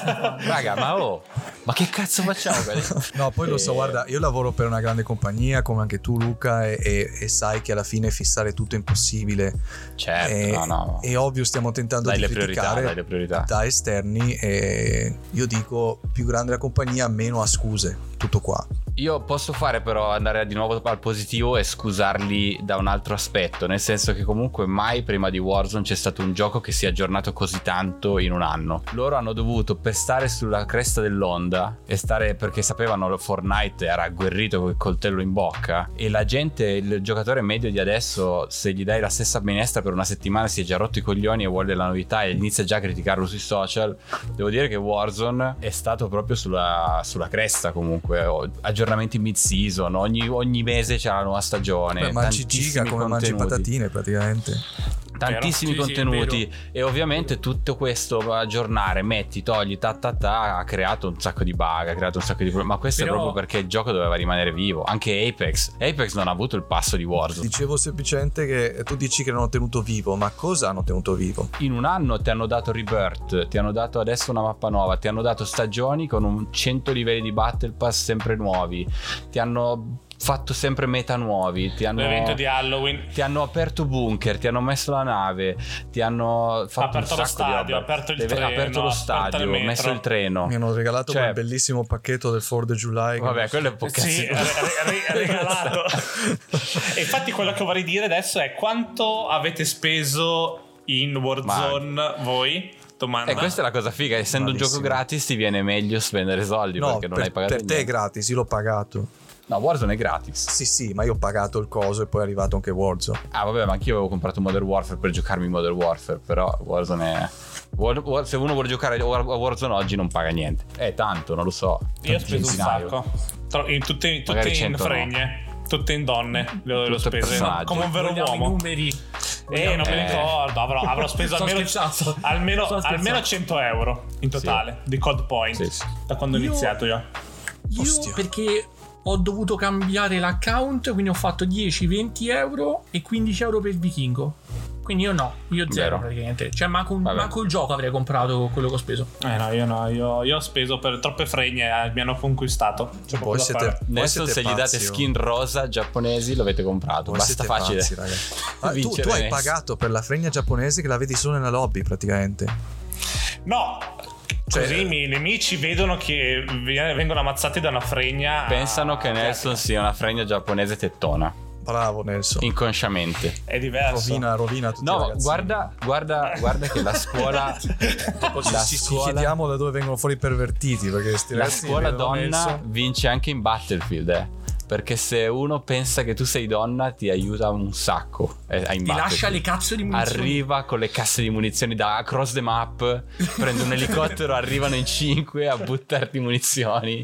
Raga, ma oh, ma che cazzo facciamo? No, poi lo so, Eh, guarda, io lavoro per una grande compagnia come anche tu, Luca, e, e- e sai che alla fine fissare tutto è impossibile. Certo, e, no, no. È ovvio, stiamo tentando Dai di le priorità, criticare dai le priorità. da esterni e io dico più grande la compagnia meno ha scuse, tutto qua. Io posso fare però andare di nuovo al positivo e scusarli da un altro aspetto, nel senso che comunque mai prima di Warzone c'è stato un gioco che si è aggiornato così tanto in un anno. Loro hanno dovuto, per stare sulla cresta dell'onda e stare, perché sapevano Fortnite era agguerrito con il coltello in bocca, e la gente, il giocatore medio di adesso, se gli dai la stessa minestra per una settimana si è già rotto i coglioni e vuole la novità e inizia già a criticarlo sui social. Devo dire che Warzone è stato proprio sulla, sulla cresta comunque, aggiornamenti mid season, ogni, ogni mese c'è la nuova stagione. Beh, mangi tantissimi giga come mangi contenuti. patatine praticamente. tantissimi Vero. Sì, sì, contenuti vero. e ovviamente tutto questo aggiornare, metti, togli, ta ta ta, ha creato un sacco di bug, ha creato un sacco di problemi, ma questo Però- è proprio perché il gioco doveva rimanere vivo. Anche Apex Apex non ha avuto il passo di Warzone. Dicevo semplicemente che tu dici che l'hanno tenuto vivo, ma cosa hanno tenuto vivo? In un anno ti hanno dato Rebirth, ti hanno dato adesso una mappa nuova, ti hanno dato stagioni con un cento livelli di Battle Pass sempre nuovi, ti hanno fatto sempre meta nuovi, ti hanno, L'evento di Halloween. ti hanno aperto bunker, ti hanno messo la nave, ti hanno fatto Aperto un lo sacco di stadio, roba. aperto il Deve- treno, aperto lo aperto stadio, il metro. messo il treno. Mi hanno regalato Cioè- quel bellissimo pacchetto del four di July. che- Vabbè, quello è un po' cazzo. Sì, re- re- regalato. E infatti quello che vorrei dire adesso è quanto avete speso in Warzone voi? Domanda. E questa è la cosa figa, essendo un Bravissimo. gioco gratis ti viene meglio spendere soldi No, perché non per, hai pagato per te è niente. gratis, io l'ho pagato. No, Warzone è gratis. Sì, sì, ma io ho pagato il coso e poi è arrivato anche Warzone. Ah vabbè, ma anch'io avevo comprato Modern Warfare per giocarmi Modern Warfare, però Warzone è... War- War- se uno vuole giocare a War- a Warzone oggi non paga niente. È tanto, non lo so. Io ho speso un Centinaio. sacco. Tro- in tutte, tutte Magari in cento no. fregne. Tutte in donne le ho le ho Tutte spese. personaggi. Come un vero Vogliamo i uomo. numeri. Eh, non mi Eh. ricordo. Avrò, avrò speso Sto almeno, scherzando. almeno, Sto scherzando. almeno cento euro in totale di code point. Sì, sì. Da quando ho Io- iniziato io. Io Ostia. perché ho dovuto cambiare l'account, quindi ho fatto dieci venti euro e quindici euro per il vichingo. Quindi io no, io zero Vero. praticamente. Cioè manco, un- Vabbè. manco il gioco avrei comprato quello che ho speso. Eh no, io no, io, io ho speso per troppe fregne, eh, mi hanno conquistato. C'è poco Voi da siete, fare. voi Nelson, siete se gli date pazzi, oh. skin rosa giapponesi l'avete comprato. Voi Basta siete facile. pazzi, ragazzi. Ah, tu, Vincere tu hai Messi. pagato per la fregna giapponese che la vedi solo nella lobby praticamente. No, Cioè- così i miei nemici vedono che viene- vengono ammazzati da una fregna. Pensano ah, che Nelson sia una fregna giapponese tettona, Bravo Nelson. inconsciamente. È diverso. Rovina, rovina tutti i No, ragazzini. guarda, guarda, guarda che la scuola, Ci, la ci- ci scuola, chiediamo da dove vengono fuori i pervertiti, perché sti la ragazzi scuola vedono donna Nelson. vince anche in Battlefield, eh. Perché se uno pensa che tu sei donna ti aiuta un sacco eh, in Ti Battlefield. lascia le cazzo di munizioni. Arriva con le casse di munizioni da across the map, prende un elicottero, arrivano in cinque a buttarti munizioni.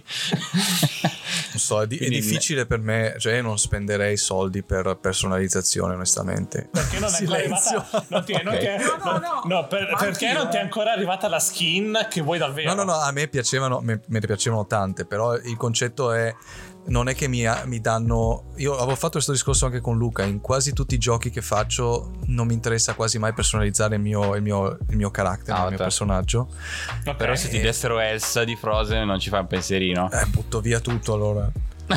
Non so, è, di- è Quindi- difficile per me, cioè io non spenderei soldi per personalizzazione onestamente. Perché non è ancora Silenzio. arrivata. Non ti, non Ok. ti è- No, no, no. no, per- Ma perché anch'io, non ti è eh. ancora arrivata la skin che vuoi davvero? No, no, no, a me piacevano, me, me ne piacevano tante, però il concetto è non è che mi, mi danno. Io avevo fatto questo discorso anche con Luca. In quasi tutti i giochi che faccio non mi interessa quasi mai personalizzare il mio, il mio, il mio carattere, Ah, il mio certo. personaggio. Ok. Però se ti dessero Elsa di Frozen non ci fai un pensierino. Eh, butto via tutto allora.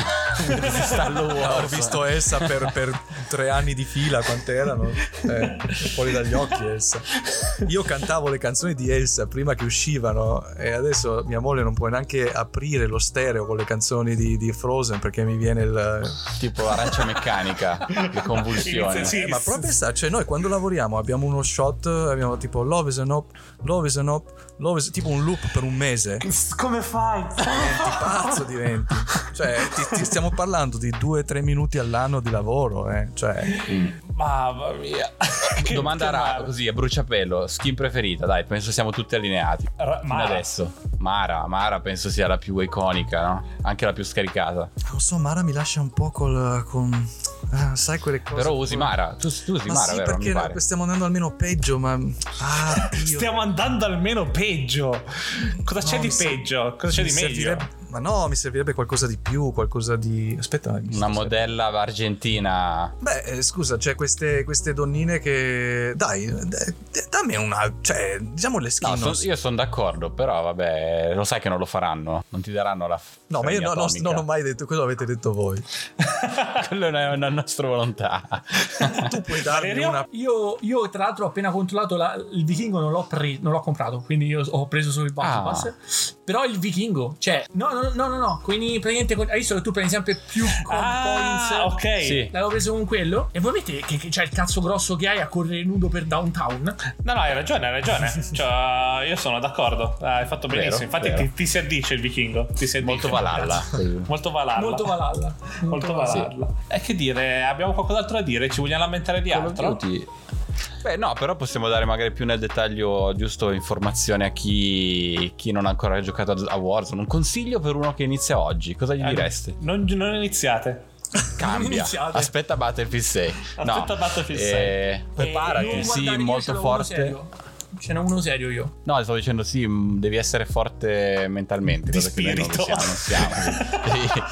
Stallo Ho Warzone. visto Elsa per, per tre anni di fila, quant'erano? Eh, fuori dagli occhi Elsa. Io cantavo le canzoni di Elsa prima che uscivano e adesso mia moglie non può neanche aprire lo stereo con le canzoni di, di Frozen perché mi viene il... Tipo arancia meccanica, le convulsioni. Inizia- sì. Eh, ma proprio sta, cioè noi quando lavoriamo abbiamo uno shot, abbiamo tipo love is an op, love is an op, love is... tipo un loop per un mese. Come fai? Diventi pazzo, diventi. Cioè ti, ti stiamo parlando di due tre minuti all'anno di lavoro, eh. Cioè Mamma mia. Che- Domanda che rara, male. così a bruciapelo, skin preferita, dai, penso siamo tutti allineati. Ra- Fino Mara. adesso. Mara, Mara penso sia la più iconica, no? Anche la più scaricata. non so, Mara mi lascia un po' col con ah, sai quelle cose. Però usi un po'- Mara, tu, tu usi Ma Mara, sì, vero? Mi perché pare. stiamo andando almeno peggio, ma ah, Dio. Stiamo andando almeno peggio. Cosa c'è No, di mi ser- peggio? Cosa c'è mi di meglio? servirebbe- Ma no, mi servirebbe qualcosa di più, qualcosa di aspetta, mi Una sto- modella argentina. Beh, eh, scusa, c'è queste, queste donnine che dai, d- d- dammi una, cioè, diciamo le skin. No, non son- io sono d'accordo, però vabbè, lo sai che non lo faranno. Non ti daranno la f- No, ma io fregna no- non, atomica. non ho mai detto, quello l'avete detto voi. Quello è una nostra volontà. Tu puoi darmi Valerio? una. Io, io tra l'altro ho appena controllato la- il vichingo, non l'ho, pre- non l'ho comprato, quindi io ho preso solo il Battle Ah. Pass. Però il vichingo, cioè, no, no, no, no, no, quindi praticamente con- hai visto che tu prendi sempre più con Ah, points. ok. Sì. L'avevo preso con quello. E voi vedete che, che c'è il cazzo grosso che hai a correre nudo per downtown? No, no, hai ragione, hai ragione. Cioè, io sono d'accordo. Ah, hai fatto benissimo. Vero, Infatti, vero. ti, ti si addice il vichingo. Ti si addice. Molto Valhalla. Molto Valhalla. Molto Valhalla. Molto Valhalla. E che dire, abbiamo qualcos'altro da dire? Ci vogliamo lamentare di Call of altro? Duty. Beh, no, però possiamo dare magari più nel dettaglio giusto informazione a chi, chi non ha ancora giocato a Warzone. Un consiglio per uno che inizia oggi, cosa gli Eh, diresti? Non, non iniziate. Cambia. Iniziate. Aspetta Battlefield sei. Aspetta no. Battlefield eh, sei. Preparati, Eh, sì, guardate, io molto ce l'ho uno forte. serio. Ce n'è uno serio io. No, stavo dicendo sì, mh, devi essere forte mentalmente. Di cosa che noi non spirito. siamo, non siamo.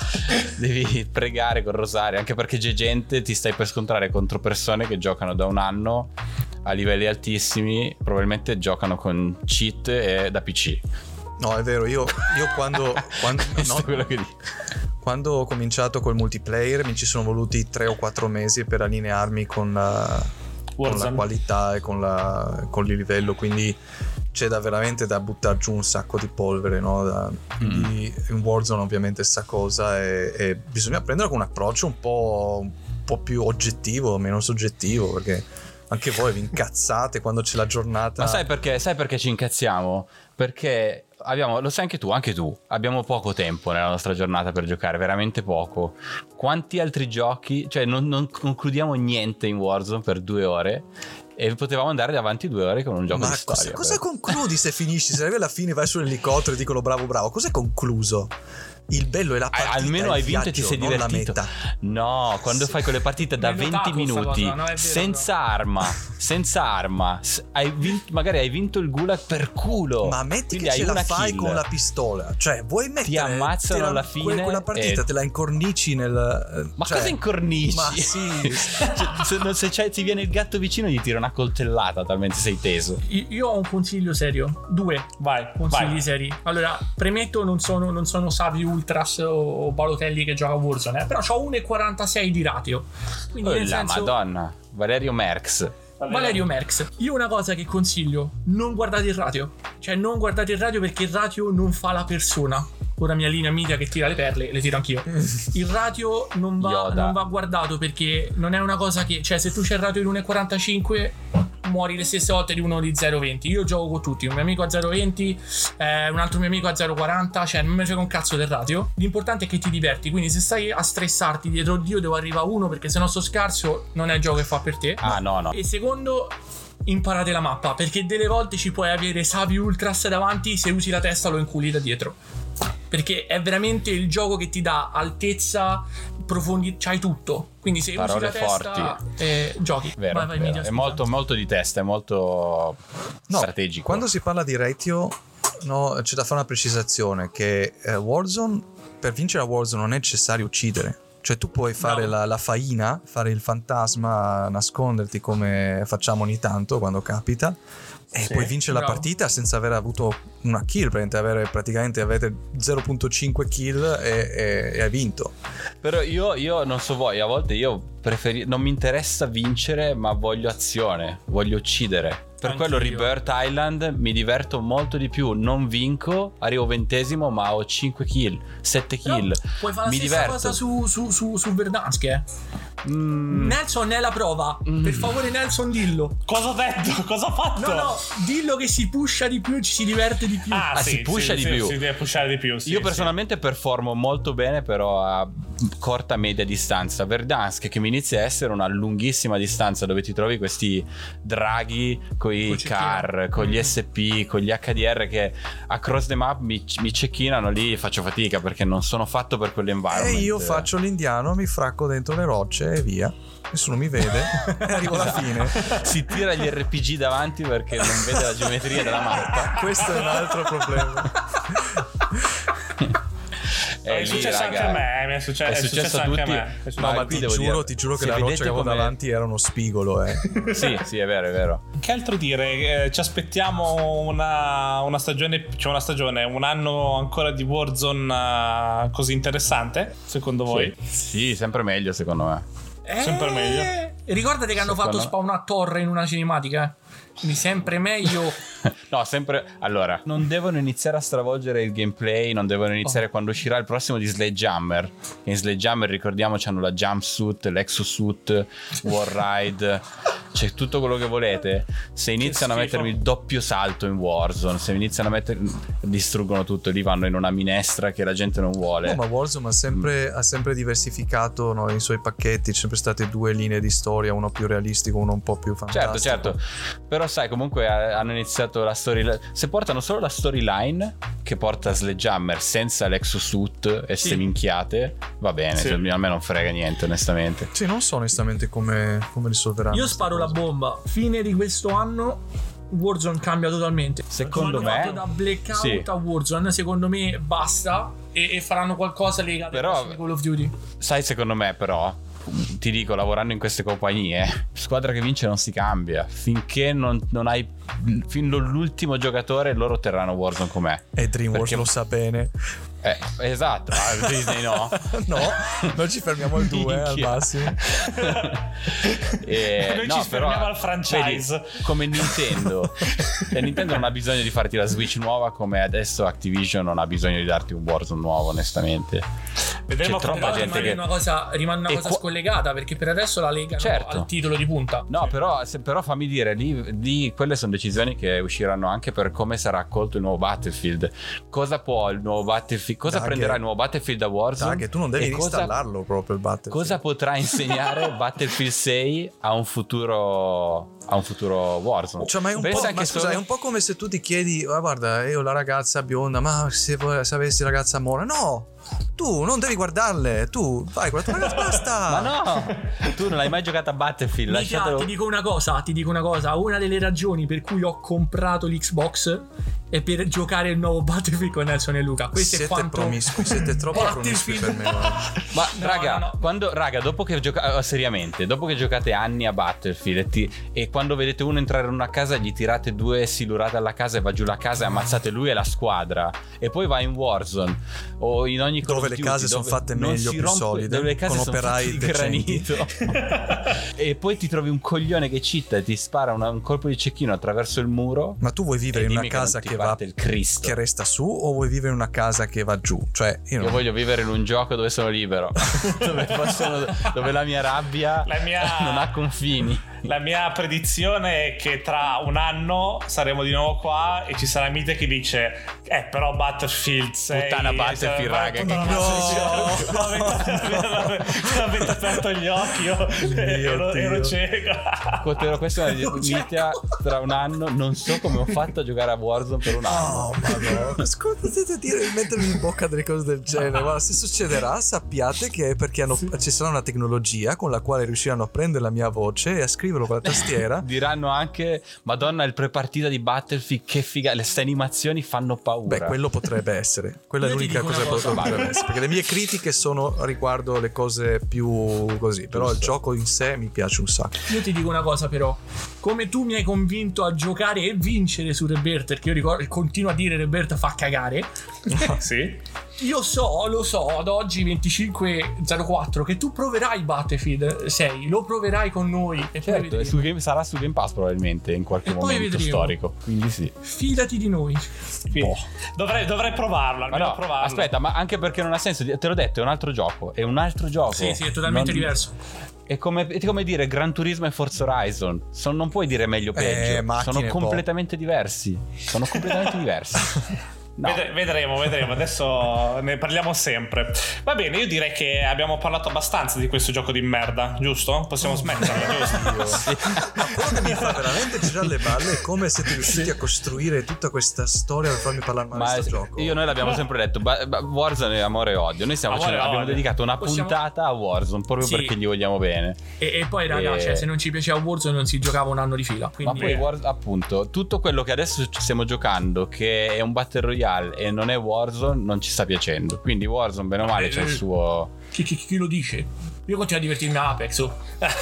devi, devi pregare col rosario, anche perché c'è gente, ti stai per scontrare contro persone che giocano da un anno a livelli altissimi, probabilmente giocano con cheat e da P C. No, è vero, io, io quando, quando, Questo no, è quello che dico. quando ho cominciato col multiplayer mi ci sono voluti tre o quattro mesi per allinearmi con la, con la Warzone. qualità e con, la, con il livello, quindi c'è da veramente da buttare giù un sacco di polvere, no? Da, quindi in Warzone ovviamente sta cosa e, e bisogna prendere con un approccio un po', un po' più oggettivo, meno soggettivo, perché anche voi vi incazzate quando c'è la giornata. Ma sai perché? Sai perché ci incazziamo? Perché abbiamo, lo sai anche tu, anche tu, abbiamo poco tempo nella nostra giornata per giocare, veramente poco. Quanti altri giochi, cioè non, non concludiamo niente in Warzone per due ore e potevamo andare avanti due ore con un gioco Ma di cosa, storia. cosa per- concludi se finisci? Se arrivi alla fine vai sull'elicottero e dicono bravo bravo, cos'è concluso? Il bello è la partita, Al- almeno il hai vinto e ti viaggio, sei non la divertito. meta. No, quando fai quelle partite da Mi hai venti notato sta minuti cosa, no, è vero, senza arma, senza arma, s- hai vinto, magari hai vinto il gulag per culo. Ma metti Quindi che hai ce la una fai kill. con la pistola, cioè vuoi mettere ammazzano te la- alla que- fine quella partita e- te la incornici nel Ma cioè, cosa incornici? Ma sì. Cioè, se non- se c'è- ti viene il gatto vicino gli tira una coltellata talmente sei teso. Io io ho un consiglio serio. Due Vai, consigli vai. seri. Allora, premetto, non sono, non sono Savi Ultras o Balotelli che gioca a Warzone, eh, però ho uno virgola quarantasei di ratio. Quindi Oh, nel la senso, Madonna, Valerio Merx. Valerio Merx, io una cosa che consiglio: non guardate il ratio. Cioè, non guardate il ratio perché il ratio non fa la persona. Ora mia linea media che tira le perle, le tiro anch'io. Il ratio non va, Yoda. non va guardato perché non è una cosa che, cioè, se tu c'è il ratio di uno virgola quarantacinque muori le stesse volte di uno di zero virgola venti. Io gioco con tutti, un mio amico a zero virgola venti, eh, un altro mio amico a zero virgola quaranta, cioè non mi frega un cazzo del ratio. L'importante è che ti diverti, quindi se stai a stressarti dietro Dio devo arrivare a uno perché sennò sto scarso, non è il gioco che fa per te. Ah no no. E secondo, imparate la mappa, perché delle volte ci puoi avere Savi Ultras davanti, se usi la testa lo inculi da dietro. Perché è veramente il gioco che ti dà altezza, profondità, c'hai tutto. Quindi se Parole usi la testa, forti. eh, giochi. Vero, Vai, vai, vero. Media, È scusa. molto, molto di testa, è molto No, strategico. quando si parla di ratio, no, c'è da fare una precisazione che eh, Warzone, per vincere a Warzone non è necessario uccidere. Cioè tu puoi fare No. la, la faina, fare il fantasma, nasconderti come facciamo ogni tanto quando capita, e Sì, puoi vincere la bravo. partita senza aver avuto una kill, praticamente, avere, praticamente avete zero virgola cinque kill e, e- e hai vinto. Però io, io non so voi, a volte io preferi- non mi interessa vincere, ma voglio azione, voglio uccidere. Per Anch'io. quello Rebirth Island mi diverto molto di più. Non vinco, arrivo ventesimo, ma ho cinque kill, sette Però kill. puoi fare la Mi stessa diverto. cosa su, su, su, su Verdansk, eh. Mm, Nelson è la prova. Mm. Per favore, Nelson, dillo. Cosa ho detto? Cosa ho fatto? No, no, dillo che si pusha di più e ci si diverte di più. Ah, Ah, sì, si pusha sì, di sì, più. Si deve pushare di più. Sì, io sì. personalmente performo molto bene, però a corta media distanza. Verdansk che mi inizia a essere una lunghissima distanza, dove ti trovi questi draghi con i Col cecchino. car, con gli Mm. S P, con gli H D R che across the map mi, mi cecchinano. Lì faccio fatica perché non sono fatto per E quell'environment. io faccio l'indiano, mi fracco dentro le rocce e via. Nessuno mi vede e arrivo alla fine. Si tira gli R P G davanti perché non vede la geometria della mappa. Questo è un altro problema. Eh, È lì, successo raga, anche a me, mi è successo, è è successo successo a anche tutti. a me. È successo- No, No, ma qui ti devo giuro, dire, ti giuro che se la roccia vedete che avevo come- davanti era uno spigolo, eh. Sì, sì, è vero, è vero. Che altro dire? Eh, ci aspettiamo una, una stagione, cioè una stagione, un anno ancora di Warzone eh, così interessante, secondo voi? Sì, sempre meglio secondo me. Eh, sempre meglio. E ricordate che hanno Secondo fatto me- spawn a torre in una cinematica? Quindi sempre meglio. No, sempre. Allora, non devono iniziare a stravolgere il gameplay. Non devono iniziare Oh. quando uscirà il prossimo di Sledgehammer. Che in Sledgehammer, ricordiamoci, hanno la jumpsuit, l'exosuit, War Ride. C'è tutto quello che volete. Se iniziano a schifo. mettermi il doppio salto in Warzone, se iniziano a mettere. Distruggono tutto. Lì vanno in una minestra che la gente non vuole. No, ma Warzone ha sempre, ha sempre diversificato, no, i suoi pacchetti. Ci sono sempre state due linee di storia, uno più realistico, uno un po' più fantastico. Certo, certo. Però sai, comunque eh, hanno iniziato la storyline. Se portano solo la storyline, che porta Sledgehammer senza l'exosuit e Sì. ste minchiate, va bene, Sì. cioè, a me non frega niente onestamente. Sì, non so onestamente come, come risolveranno. Io questa sparo la cosa. bomba. Fine di questo anno Warzone cambia totalmente. Secondo Come hanno me- fatto da Blackout sì. a Warzone, secondo me basta e, e faranno qualcosa legato Però- ai prossimi Call of Duty. Sai, secondo me però, ti dico, lavorando in queste compagnie, squadra che vince non si cambia. Finché non, non hai fino all'ultimo giocatore, loro terranno Warzone com'è. E DreamWorks Perché- lo sa bene. Eh, esatto, ma Disney no. No, noi ci fermiamo al due al Minchia. massimo. Eh, Noi no, ci fermiamo però, al franchise. vedi, come Nintendo. Cioè, Nintendo non ha bisogno di farti la Switch nuova, come adesso Activision non ha bisogno di darti un Warzone nuovo, onestamente. Vedremo C'è troppa Però gente rimane che... una cosa, rimane una E cosa qua- scollegata, perché per adesso la legano Certo. al titolo di punta. No, però, se, però fammi dire, lì, lì quelle sono decisioni che usciranno anche per come sarà accolto il nuovo Battlefield. Cosa può il nuovo Battlefield? Cosa Dai, prenderà che- il nuovo Battlefield da Warzone? Dai, che tu non devi E cosa- installarlo proprio il Battlefield. Cosa potrà insegnare Battlefield sei a un futuro a un futuro Warzone? Cioè, ma è un, Pensa po', anche ma scusa, solo- è un po' come se tu ti chiedi, ah, guarda, io ho la ragazza bionda, ma se, vuoi- se avessi la ragazza mora, no, tu non devi guardarle, tu vai con la tua ragazza, basta. Ma no, tu non hai mai giocato a Battlefield, Mica, lasciatelo. ti dico una cosa, ti dico una cosa. Una delle ragioni per cui ho comprato l'Xbox è per giocare il nuovo Battlefield con Nelson e Luca. Questo siete è quanto promiscui, siete troppo promiscui per me. guarda. Ma No, raga, no, no. quando raga, dopo che giocate seriamente, dopo che giocate anni a Battlefield e, ti- e quando vedete uno entrare in una casa gli tirate due silurate alla casa e va giù la casa e ammazzate lui e la squadra, e poi vai in Warzone o in ogni Call Dove of le Duty, case sono dove fatte non meglio, si più rompe- solide, dove le case con sono operai fatte di decenti. granito e poi ti trovi un coglione che cheata e ti spara una- un colpo di cecchino attraverso il muro. Ma tu vuoi vivere E in una dimmi che casa non ti che, va parte il Cristo. che resta su o vuoi vivere in una casa che va giù? Cioè, io, Io non- voglio vivere in un gioco dove sono libero, dove, possono- dove la mia rabbia La mia- non ha confini. La mia predizione è che tra un anno saremo di nuovo qua e ci sarà Mite che dice eh però Battlefield sei Puttana Battlefield, raga, puttana che Battlefield, no, mi avete aperto gli occhi, io ero, Dio. ero cieco. Però questa è una dignità tra un anno. Non so come ho fatto a giocare a Warzone per un anno. Oh, madonna. Ascolta, potete dire, mettermi in bocca delle cose del genere. Guarda, se succederà, sappiate che è perché hanno- ci sarà una tecnologia con la quale riusciranno a prendere la mia voce e a scriverlo con la tastiera. Diranno anche: Madonna, il prepartita di Battlefield, che figa! Le ste animazioni fanno paura. Beh, quello potrebbe essere. Quella è Io ti l'unica dico cosa una che cosa. potrebbe essere. Perché le mie critiche sono riguardo le cose più così. Però il gioco in sé mi piace un sacco. Io ti dico una cosa però, come tu mi hai convinto a giocare e vincere su Rebirth, perché io ricordo, continuo a dire Rebirth fa cagare, Sì? io so, lo so ad oggi venticinque zero quattro che tu proverai Battlefield sei, lo proverai con noi e poi certo, è vedremo. su Game- sarà su Game Pass probabilmente in qualche E poi momento vedremo. storico. Quindi sì. Fidati di noi. Quindi, dovrei, dovrei provarlo, Ma almeno no, provarlo. aspetta, ma anche perché non ha senso. Te l'ho detto, è un altro gioco. È un altro gioco. Sì, sì, è totalmente Non- diverso. È come, è come dire Gran Turismo e Forza Horizon. Son- non puoi dire meglio o peggio. macchine, Sono boh. completamente diversi. Sono completamente diversi. No. Ved- vedremo, vedremo. Adesso ne parliamo sempre. Va bene, io direi che abbiamo parlato abbastanza di questo gioco di merda, giusto? Possiamo smetterla, giusto? Ma quello che mi fa veramente girare le balle è come siete riusciti a costruire tutta questa storia per farmi parlare male Ma di questo gioco. io noi l'abbiamo sempre detto, ba- ba- Warzone è amore e odio. Noi stiamo Amore e facendo- abbiamo odio. dedicato una Possiamo- puntata a Warzone proprio Sì. perché gli vogliamo bene. E, e poi raga, E- cioè, se non ci piaceva Warzone non si giocava un anno di fila. Ma Quindi poi War- appunto tutto quello che adesso ci stiamo giocando, che è un Battle Royale e non è Warzone, non ci sta piacendo. Quindi Warzone bene o male c'è il suo... chi, chi- chi lo dice? Io continuo a divertirmi a Apex. Oh.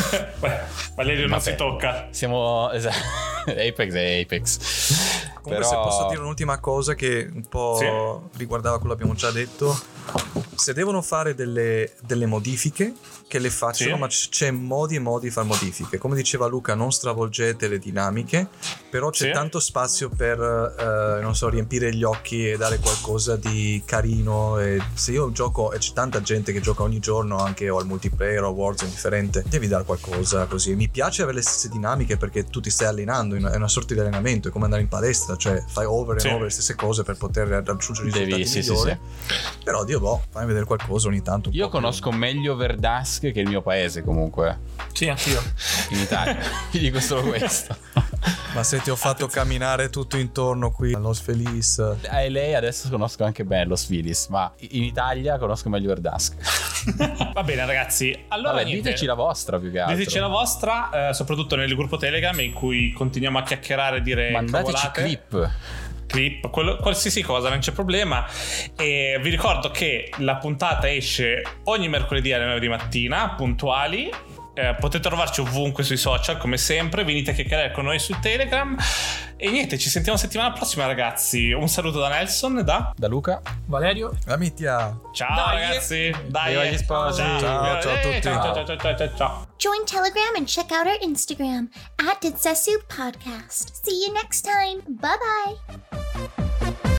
Valerio non Vabbè. si tocca. Siamo... esatto. Apex è Apex. Comunque, se posso dire un'ultima cosa che un po' Sì. riguardava quello che abbiamo già detto, se devono fare delle, delle modifiche, che le facciano, Sì. ma c- c'è modi e modi di fare modifiche. Come diceva Luca, non stravolgete le dinamiche, però c'è Sì. tanto spazio per, eh, non so, riempire gli occhi e dare qualcosa di carino. E se io gioco, e c'è tanta gente che gioca ogni giorno, anche o al multiplayer o a Warzone differente, devi dare qualcosa così. Mi piace avere le stesse dinamiche perché tu ti stai allenando, è una sorta di allenamento, è come andare in palestra, cioè fai over e Sì. over le stesse cose per poter raggiungere Devi- risultati sì, sì, migliori. sì. Però Dio boh, fai vedere qualcosa ogni tanto. un Io po' più. conosco meglio Verdansk che il mio paese comunque Sì, anch'io. in Italia. Vi dico solo questo. Ma se ti ho fatto camminare tutto intorno qui a Los Feliz. E lei adesso conosco anche bene Los Feliz, ma in Italia conosco meglio Verdansk. Va bene ragazzi, allora Vabbè, niente. diteci la vostra più che altro. Diteci la vostra, eh, soprattutto nel gruppo Telegram in cui continuiamo a chiacchierare e dire Mandateci cavolate. clip. Clip, quello, qualsiasi cosa, non c'è problema. E vi ricordo che la puntata esce ogni mercoledì alle nove di mattina, puntuali. Eh, potete trovarci ovunque sui social, come sempre. Venite a chiacchierare con noi su Telegram. E niente, ci sentiamo settimana prossima, ragazzi. Un saluto da Nelson, da, Da Luca. Valerio. La Mittia. ciao Dai. ragazzi. Dai, Viva gli sposi. Ciao, ciao a Eh, tutti. ciao, ciao, ciao, ciao, ciao, ciao. Join Telegram and check out our Instagram at Ditsesu Podcast. See you next time. Bye bye.